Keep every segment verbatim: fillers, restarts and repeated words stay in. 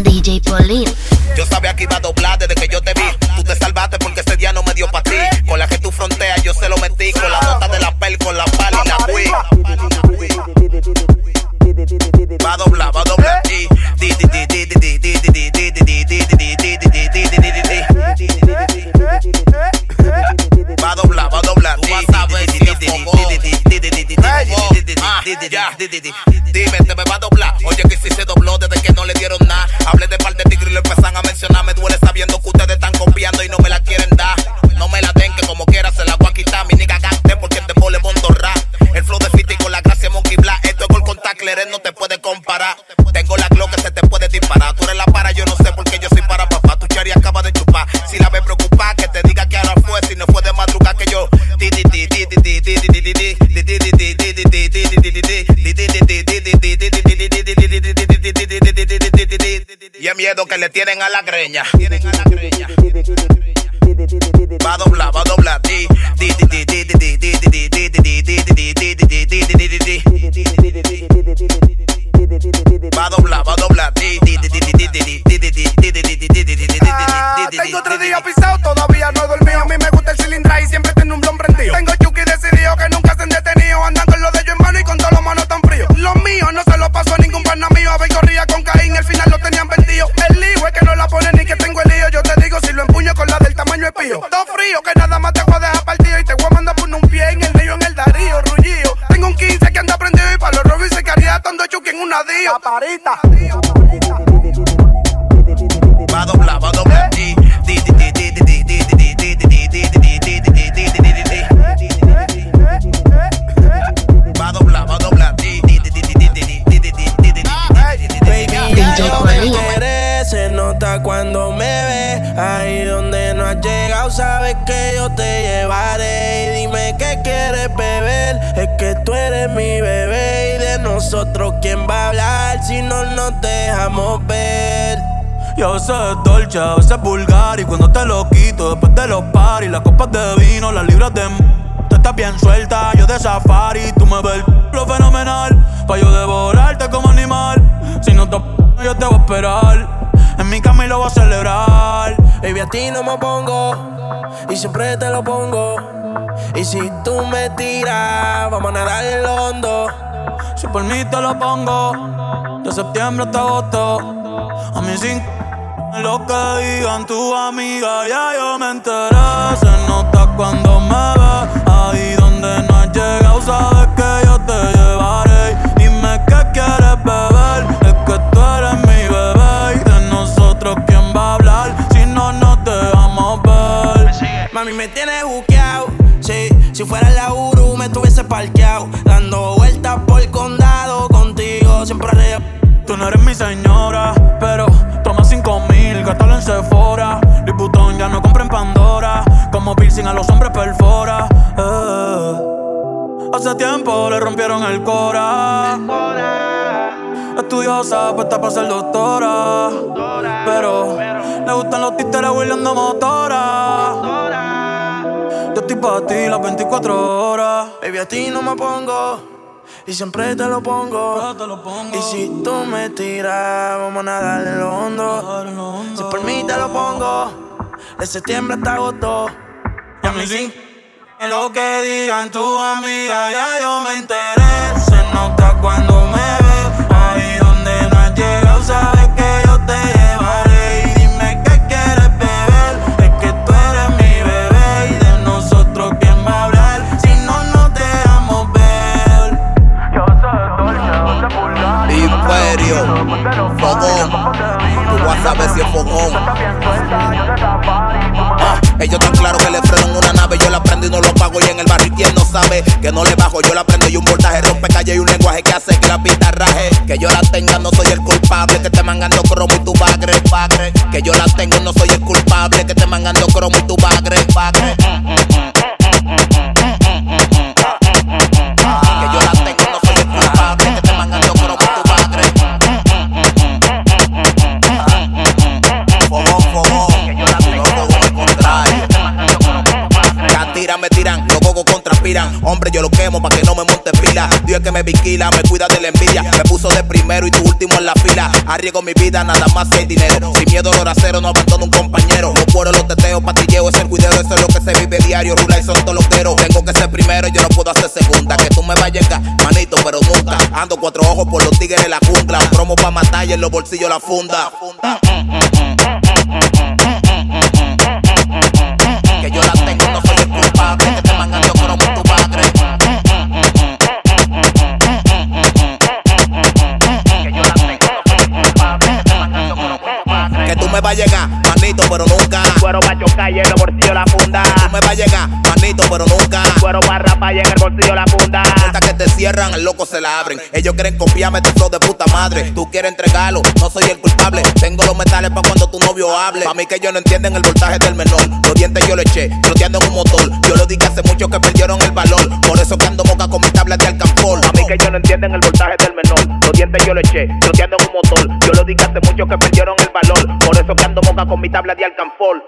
D J Paulín. Yo sabía que iba a doblar desde que yo te vi. Tú te salvaste porque ese día no me dio pa' ti. Con la que tú fronteas yo se lo metí. Con la nota de la pel, con la pala y la Wii. Va a doblar, va a doblar. Va a doblar, va a doblar. Tú vas a ver si es ya, dime, te me va a doblar. Oye, que si se dobló desde que no le dieron nada. Hablé de par de tigres y lo empiezan a mencionar. Me duele sabiendo que ustedes están copiando y no me la quieren dar. No me la den, que como quiera se la voy a quitar. Mi nigga gante porque te mole montorra. El flow de Fiti con la gracia Monkey Black. Esto es gol con Tacler, no te puede comparar. Tengo la Glock que se te puede disparar. Tú eres la para, yo no sé por qué yo soy para papá. Tu chari acaba de chupar. Si la ves preocupada, que te diga que ahora fue. Si no fue de madrugada que yo. Y el miedo que le tienen a la greña. Va a doblar, va a doblar. Va a doblar, va a doblar. Tengo tres días pisado, todavía no he dormido. A mí me gusta el cilindra y siempre tengo un blon prendido. Tengo Chucky decidido que nunca se han detenido. Andan con lo de ellos en mano y con todos los manos tan fríos. Los míos no se los pasó a ningún pana mío. A ver, corría con Caín, al final lo tenían vendido. El lío es que no la ponen ni que tengo el lío. Yo te digo, si lo empuño con la del tamaño espío. Todo frío que nada más te voy a dejar partido. Y te voy a mandar por un pie en el lío, en el Darío, Rullío. Tengo un quince que anda prendido y para los robos se quedaría atando Chucky en una dio. Paparita. Va a doblar, va a doblar. Va a doblar, va a doblar. Se nota cuando me ves. Ahí donde no has llegado, sabes que yo te llevaré. Y dime qué quieres beber. Es que tú eres mi bebé. Y de nosotros, ¿quién va a hablar si no nos dejamos ver? Y a veces es dolce, a veces es vulgar. Y cuando te lo quito, después de los paris, las copas de vino, las libras de m. Tú estás bien suelta, yo de safari. Tú me ves lo fenomenal, pa' yo devorarte como animal. Si no te yo te voy a esperar. En mi cama y lo voy a celebrar. Baby, a ti no me pongo y siempre te lo pongo. Y si tú me tiras, vamos a nadar en lo hondo. Si por mí te lo pongo, de septiembre hasta agosto. A mí sin lo que digan tu amiga, ya yo me enteré. Se nota cuando me ves. Ahí donde no has llegado, sabes que yo te llevaré. Dime qué quieres beber, es que tú eres mi bebé. Y de nosotros, ¿quién va a hablar si no nos dejamos ver? Mami, me tienes buqueado, sí. Si fuera la Uru, me estuviese parqueado. Dando vueltas por el condado, contigo siempre arreglo. Tú no eres mi señora, pero toma cinco mil, gástalo en Sephora. Louis Vuitton ya no compra en Pandora. Como piercing a los hombres perfora. eh. Hace tiempo le rompieron el cora. Estudiosa, puesta para ser doctora. Pero le gustan los títeres huirleando motora. Yo estoy pa' ti las veinticuatro horas. Baby, a ti no me pongo y siempre te lo pongo. Te lo pongo. Y si tú me tiras, vamos a nadar en lo hondo. Si por mí te lo pongo, de septiembre hasta agosto. Y a mí sí. En lo que digan tu amiga, ya yo me enteré. Se nota cuando me ves. Ahí donde no has llegado, sabes que yo te llevaré. Y dime qué quieres beber, es que tú eres mi bebé. Y de nosotros, ¿quién va a hablar si no nos dejamos ver? Yo soy dolce, soy vulgar. Imperio, fogón. Tú vas a saber si es fogón. Ah, ellos tan claro que le frenan una nave. Yo la prendo y no lo pago. Y en el barrio quien no sabe que no le bajo. Yo la prendo y un voltaje rompe calle. Y un lenguaje que hace que la pista raje. Que yo la tenga no soy el culpable. Que te mangando cromo y tu bagre, bagre. Que yo la tengo no soy el culpable. Que te mangando cromo y tu bagre, bagre. Que yo la tengo no soy el culpable. Que te mangando cromo y tu bagre. Fogón, fogón. Que yo la tengo fogón al contrario. Ya tiran, me tiran, los gogos contraspiran. Hombre, yo lo quemo pa' que no me monte pila. Dios que me vigila, me cuida de la envidia. Me puso de primero y tu último en la fila. Arriesgo mi vida nada más si hay dinero. Sin miedo al horacero, no abandono un compañero. No puedo los teteos, patilleo, es el cuidero. Eso es lo que se vive diario, rula y son toloqueros. Tengo que ser primero, yo no puedo hacer segunda. Que tú me vas a llegar, manito, pero nunca. Ando cuatro ojos por los tigres de la jungla. Promo pa' matar y en los bolsillos la funda. Que yo la tengo, no soy el culpable. Que te mangan yo como tu padre. Que yo la tengo, no soy el culpable. Que te mangan yo como tu padre. Que tú me vas a llegar, manito, pero nunca. Cuero pa' chocar y en el bolsillo la funda. Tú me vas a llegar, manito, pero nunca. Cuero pa' rapar y en el bolsillo la funda. Puertas que te cierran, el loco se la abren. Ellos quieren copiarme de flow de puta madre. Tú quieres entregarlo, no soy el culpable. Tengo los metales pa' cuando tu novio hable. Pa' mí que ellos no entienden el voltaje del menor. Los dientes yo le eché, troteando en un motor. Yo lo dije hace mucho que perdieron el valor. Por eso que ando moca con mi tabla de alcanfor. Pa' mí que ellos no entienden el voltaje del menor. Los dientes yo le eché, troteando en un motor. Yo lo dije hace mucho que perdieron el valor. Por eso que ando moca con mi tabla de alcanfor.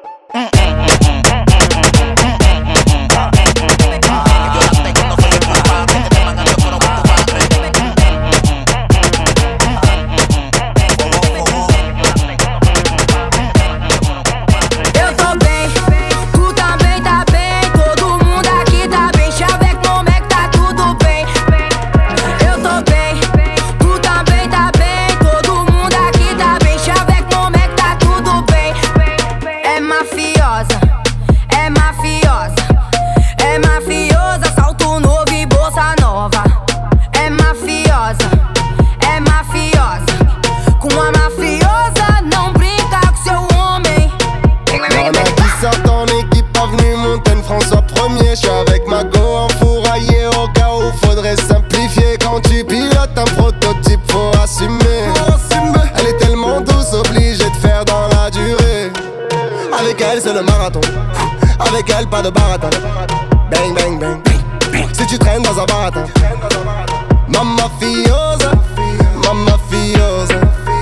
C'est le marathon, avec elle pas de baratin. Bang bang bang, si tu traînes dans un baratin. Mamma fiosa, mamma fiosa.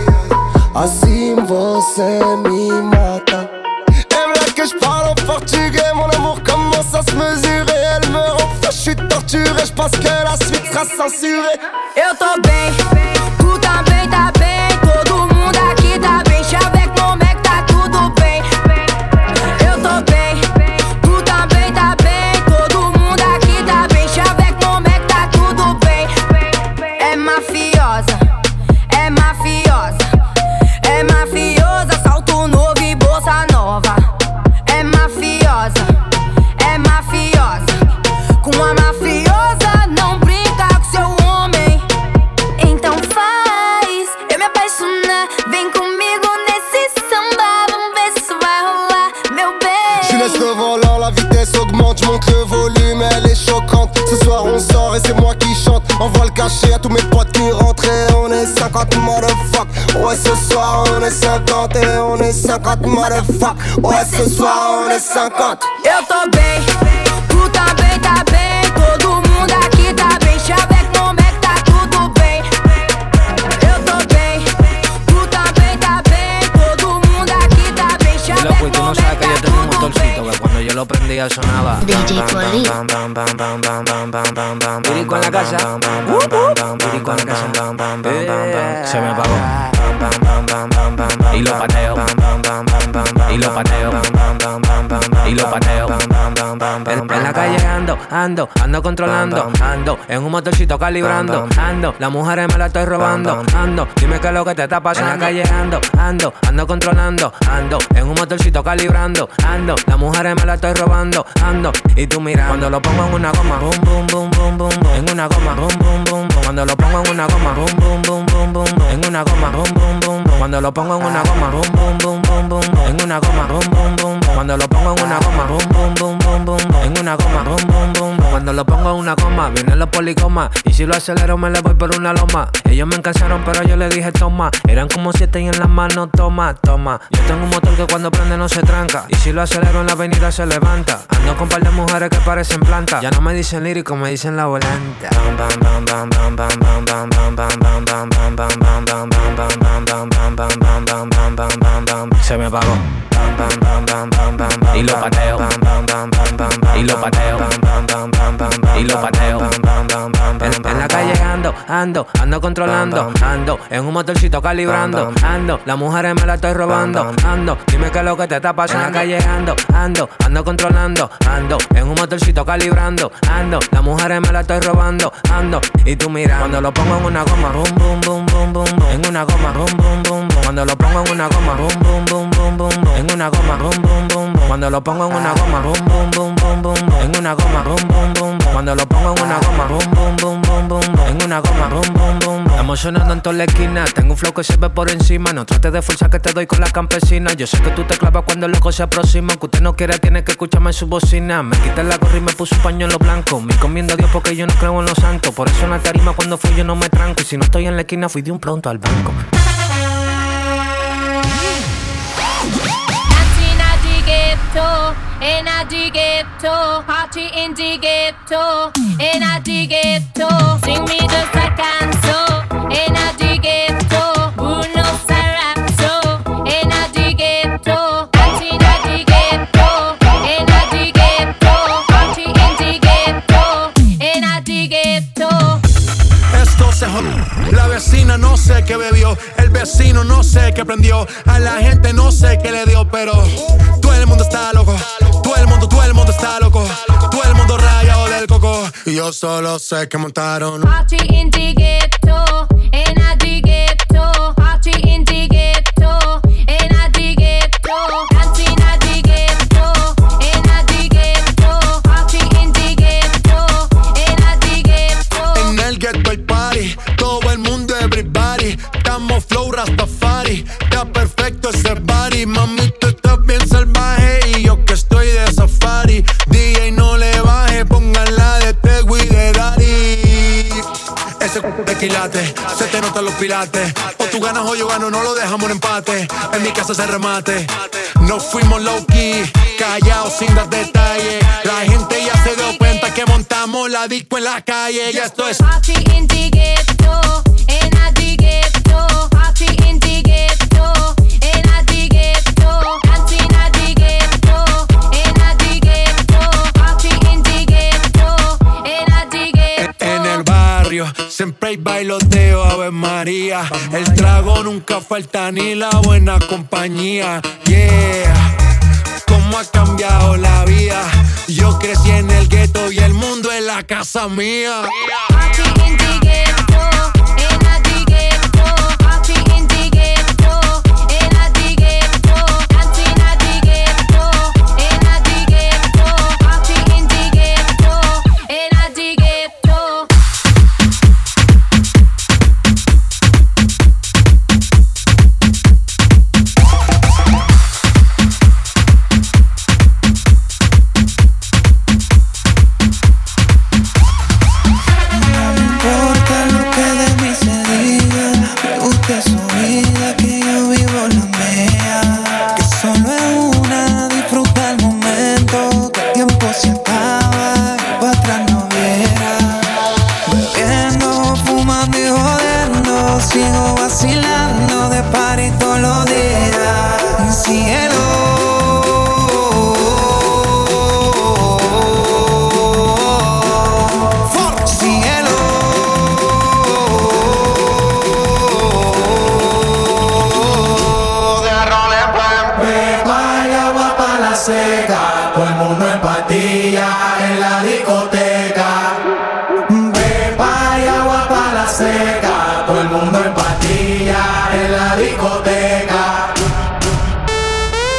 Assim você me mata. Elle veut que je parle en portugais. Mon amour commence à se mesurer. Elle me rend fou, je suis torturé. Je pense que la suite sera censurée. Eu tô bem, tu também tá bem. Todo mundo aqui tá bem. Chaveco, como é que tá tudo bem? Eu tô bem, tu também tá bem. Todo mundo aqui tá bem. Chaveco, como é que tá tudo bem? É mafiosa, é mafiosa, é mafiosa. Salto novo e bolsa nova. É mafiosa, é mafiosa. Com a mafiosa não brinca com seu homem. Então faz eu me apaixonar. Vem comigo nesse samba. Vamos ver se vai rolar, meu bem. Je laisse le volant, la vitesse augmente. Je monte le volume, elle est choquante. Ce soir on sort et c'est moi qui chante. Envoie le cachet à tous mes potes qui rentrent. Et on est cinquante motherfuck. Ouais ce soir on est cinquante. Et on est cinquante motherfuck. Ouais ce soir on est cinquante. Eu tô bem, tu também tá bem. Todo mundo aqui tá bem. Chaveco, como é que tá tudo bem? Eu tô bem, tu também tá bem. Todo mundo aqui tá bem. Chaveco, Loco, y tú no sabes que yo tenía un motorcito que cuando yo lo prendía sonaba D J Foley. Pirico en la casa, Pirico en la casa, se me apagó y lo pateo, y lo pateo, y lo pateo. En, en la calle ando, ando, ando controlando, ando en un motorcito calibrando, ando, las mujeres me la estoy robando, ando, dime qué es lo que te está pasando. En la calle ando, ando, ando controlando, ando en un motorcito calibrando, ando, las mujeres me la estoy robando, ando, y tú mira, cuando lo pongo en una goma, boom, boom, boom, boom, boom, boom, en una goma, boom, boom, boom, boom, cuando lo pongo en una goma, boom, boom, boom, boom, boom, boom, en una goma, boom, boom, boom, boom, cuando lo pongo en una goma, boom, boom, boom, boom, boom, boom, en una goma, boom, boom, boom, boom, cuando lo pongo en una goma, boom, boom, boom, boom, boom, boom, en una goma, boom, boom, boom, boom, cuando lo pongo en una goma, vienen los policomas, y si lo acelero me le voy por una loma. Ellos me encansaron pero yo le dije toma, eran como siete y en las manos toma, toma. Yo tengo un motor que cuando prende no se tranca, y si lo acelero en la avenida se levanta. Ando con par de mujeres que parecen plantas, ya no me dicen lírico, me dicen la volanta. Se me apagó y lo pateo, y lo pateo, y lo pateo. En, en la calle ando, ando, ando controlando, ando en un motorcito calibrando, ando, las mujeres me la estoy robando, ando, dime qué es lo que te está pasando. En la calle ando, ando, ando controlando, ando en un motorcito calibrando, ando, las mujeres me la estoy robando, ando, y tú mira, cuando lo pongo en una goma, boom, boom, boom, boom, boom, boom, en una goma, boom, boom, boom, boom, cuando lo pongo en una goma, boom, boom, boom, boom, boom, boom, en una goma, boom, boom, boom, boom, cuando lo pongo en una goma, boom, boom, boom, boom, boom, boom, en una goma, boom, boom, boom, boom, cuando lo pongo en una goma, boom, boom, boom, boom, boom, boom, en una goma, boom, boom, boom, boom. Estamos sonando en toda la esquina, tengo un flow que se ve por encima, no trates de fuerza que te doy con la campesina. Yo sé que tú te clavas cuando el loco se aproxima, que usted no quiere, tiene que escucharme en su bocina. Me quité la gorra y me puse un pañuelo blanco, me comiendo a Dios porque yo no creo en los santos. Por eso en la tarima cuando fui yo no me tranco, y si no estoy en la esquina fui de un pronto al banco. In a ghetto, party in the ghetto, in a ghetto, sing me just a canso. In a ghetto, Bruno Sarazzo. In a ghetto, party in a ghetto, in a ghetto, party in the ghetto, in a ghetto. Esto se jodió. La vecina no sé qué bebió, el vecino no sé qué prendió, a la gente no sé qué le dio, pero todo el mundo está loco. Todo el mundo, todo el mundo está loco. Todo el mundo rayado del coco. Y yo solo sé que montaron. Party in the ghetto, in a ghetto. Party in the ghetto, in a ghetto. Dance in a ghetto, in a ghetto. Party in the ghetto, in a ghetto. En el ghetto hay party, todo el mundo everybody. Estamos flow Rastafari, está perfecto ese body. Mami, tú estás bien salvaje y yo que estoy de safari. D J no le baje, pónganla de Tego y de Daddy. Ese tequilate, se te notan los pilates. O tú ganas o yo gano, no lo dejamos en empate. En mi casa se remate. No fuimos low key, callados sin dar detalles. La gente ya se dio cuenta que montamos la disco en la calle. Y esto es Party in the ghetto, in a ghetto. Party in the ghetto, in a ghetto. Dance in a ghetto, in a ghetto. Party in the ghetto, in a ghetto. en el barrio. Siempre hay bailoteo, Ave María. El trago nunca falta ni la buena compañía. Yeah, cómo ha cambiado la vida. Yo crecí en el gueto y el mundo es la casa mía. Party in the ghetto, in a ghetto. Party in the ghetto, in a ghetto. Dance in a ghetto, in a ghetto. Party in the ghetto, in a ghetto. Sigo vacilando de party todos los días. Cielo, cielo. De roles buen. Beba y agua pa' la seca. Todo el mundo en patilla en la discoteca. Beba y agua pa' la seca. Todo el mundo en patilla en la discoteca.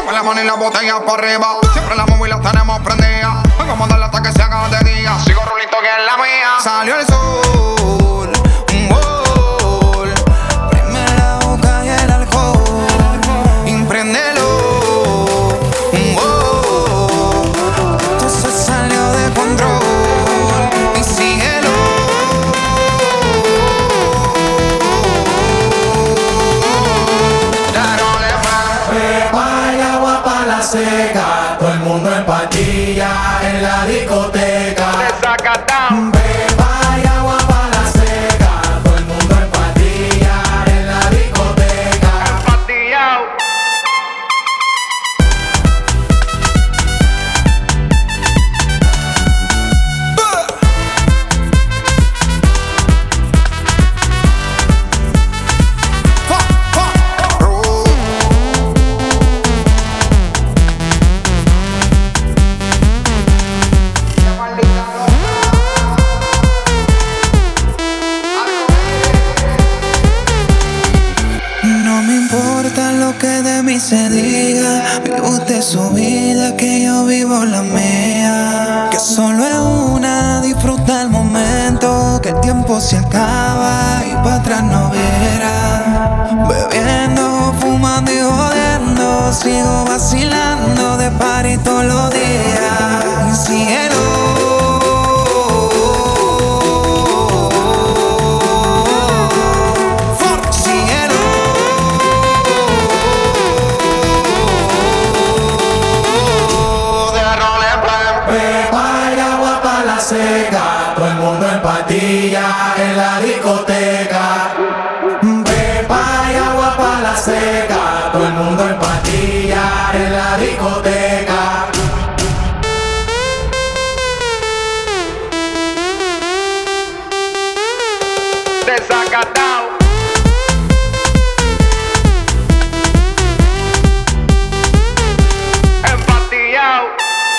Con la mano y la botella para arriba. Siempre la móvil la tenemos prendida. Vamos a darle hasta que se haga de día. Sigo rulito que es la mía. Salió el sol, un gol. Prime la boca y el alcohol. Impréndelo, un gol. Esto se salió de control. Y síguelo. Pepa y agua pa' la seca. Todo el mundo en patilla en la discoteca. Pepa y agua pa' la seca. Todo el mundo en patilla en la discoteca. No me importa lo que de mí se diga. Vive usted su vida, que yo vivo la mía. Que solo es una, disfruta el momento. Que el tiempo se acaba y para atrás no verá. Bebiendo, fumando y jodiendo. Sigo vacilando de party todos los días. Y síguelo. Seca, todo el mundo en patilla en la discoteca. Pepa y agua pa' la seca. Todo el mundo en patilla en la discoteca. Desacatao. Empatillao.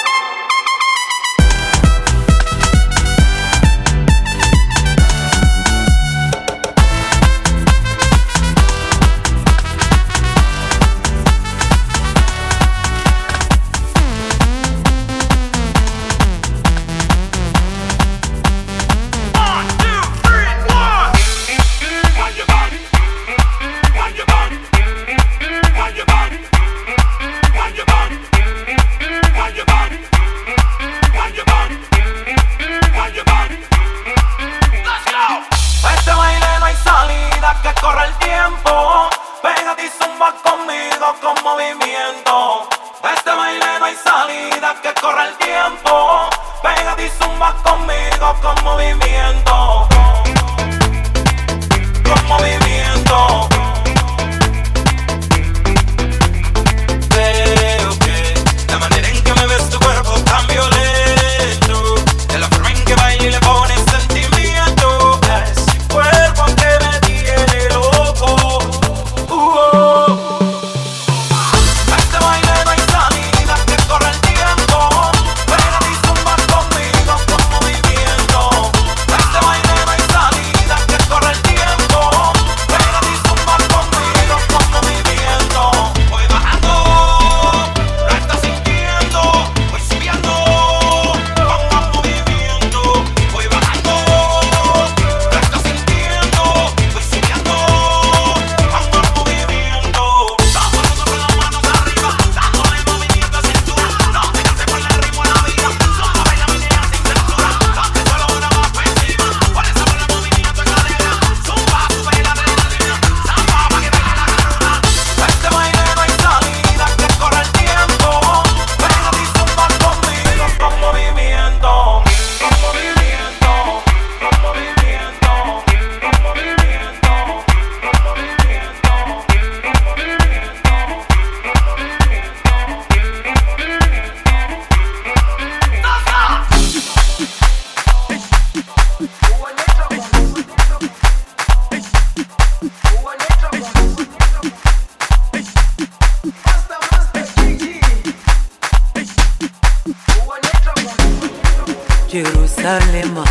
Jerusalema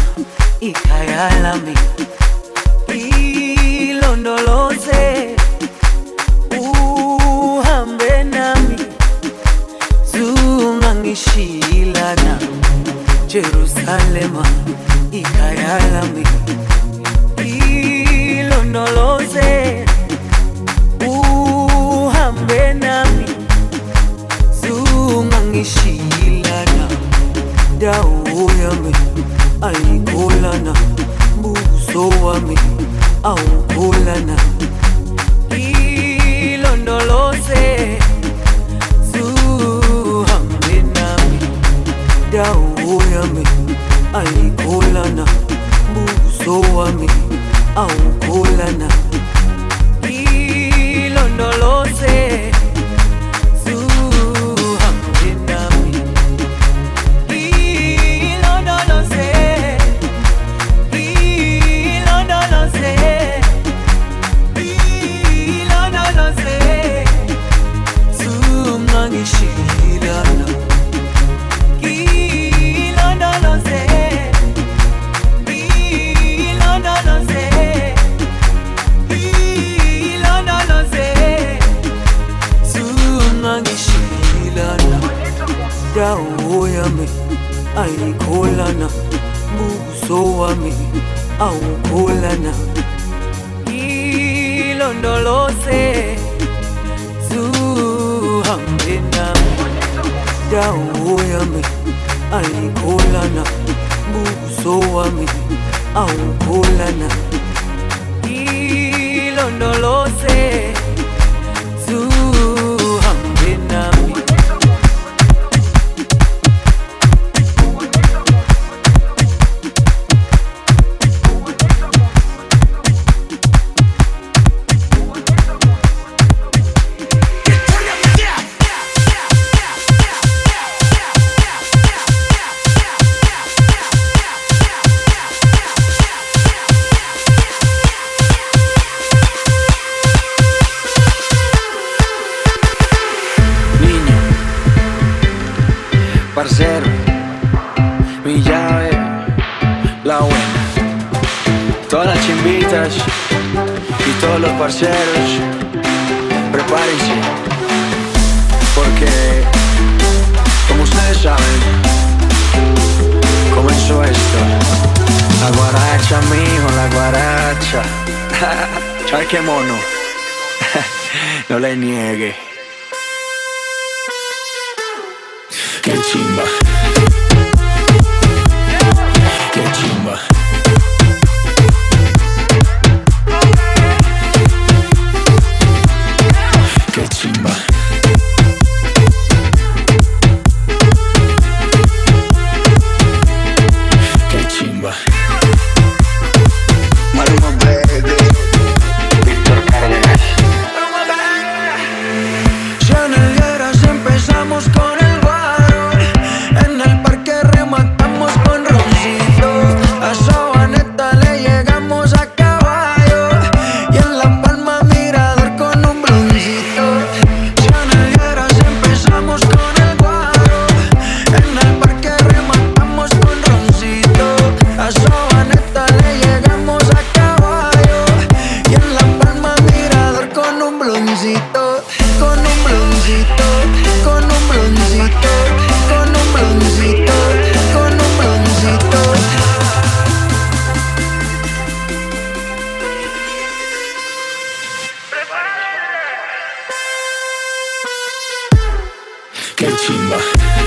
ikayalami ilondoloze uhambe nami ungangishilana Jerusalema ikhaya lami ilondoloze uhambe nami zungangishilana dawo yami ayikholana buso wami awukholana ilondoloze zuhambe nami dawo yami ayikholana buso wami awukholana ilondoloze zuhambe nami ilondoloze ilondoloze ilondoloze zungangishilana ilondoloze ilondoloze ilondoloze zungangishilana dawo yami ayikholana buso wami awukholana ilondoloze zuhambe nami dawo yami ayikholana buso wami awukholana ilondoloze zuhambe nami Parcero, mi llave, la buena. Todas las chimbitas y todos los parceros, prepárense, porque, como ustedes saben, comenzó esto. La guaracha, mijo, la guaracha. ¿Sabes qué mono? No le niegue. Qué chimba. Qué chimba. Qué chimba. Qué chimba. Maluma baby. Víctor Cárdenas. Ya en el Gueras empezamos con el en el parque rematamos con roncito. A Sabaneta le llegamos a caballo y en La Palma mirador con un bloncito. Ya en el Gueras empezamos con el guaro. En el parque rematamos con roncito. A Sabaneta le llegamos a caballo y en La Palma mirador con un bloncito. Con un bloncito, con un bloncito. Con un bloncito, con un bloncito. Qué chimba.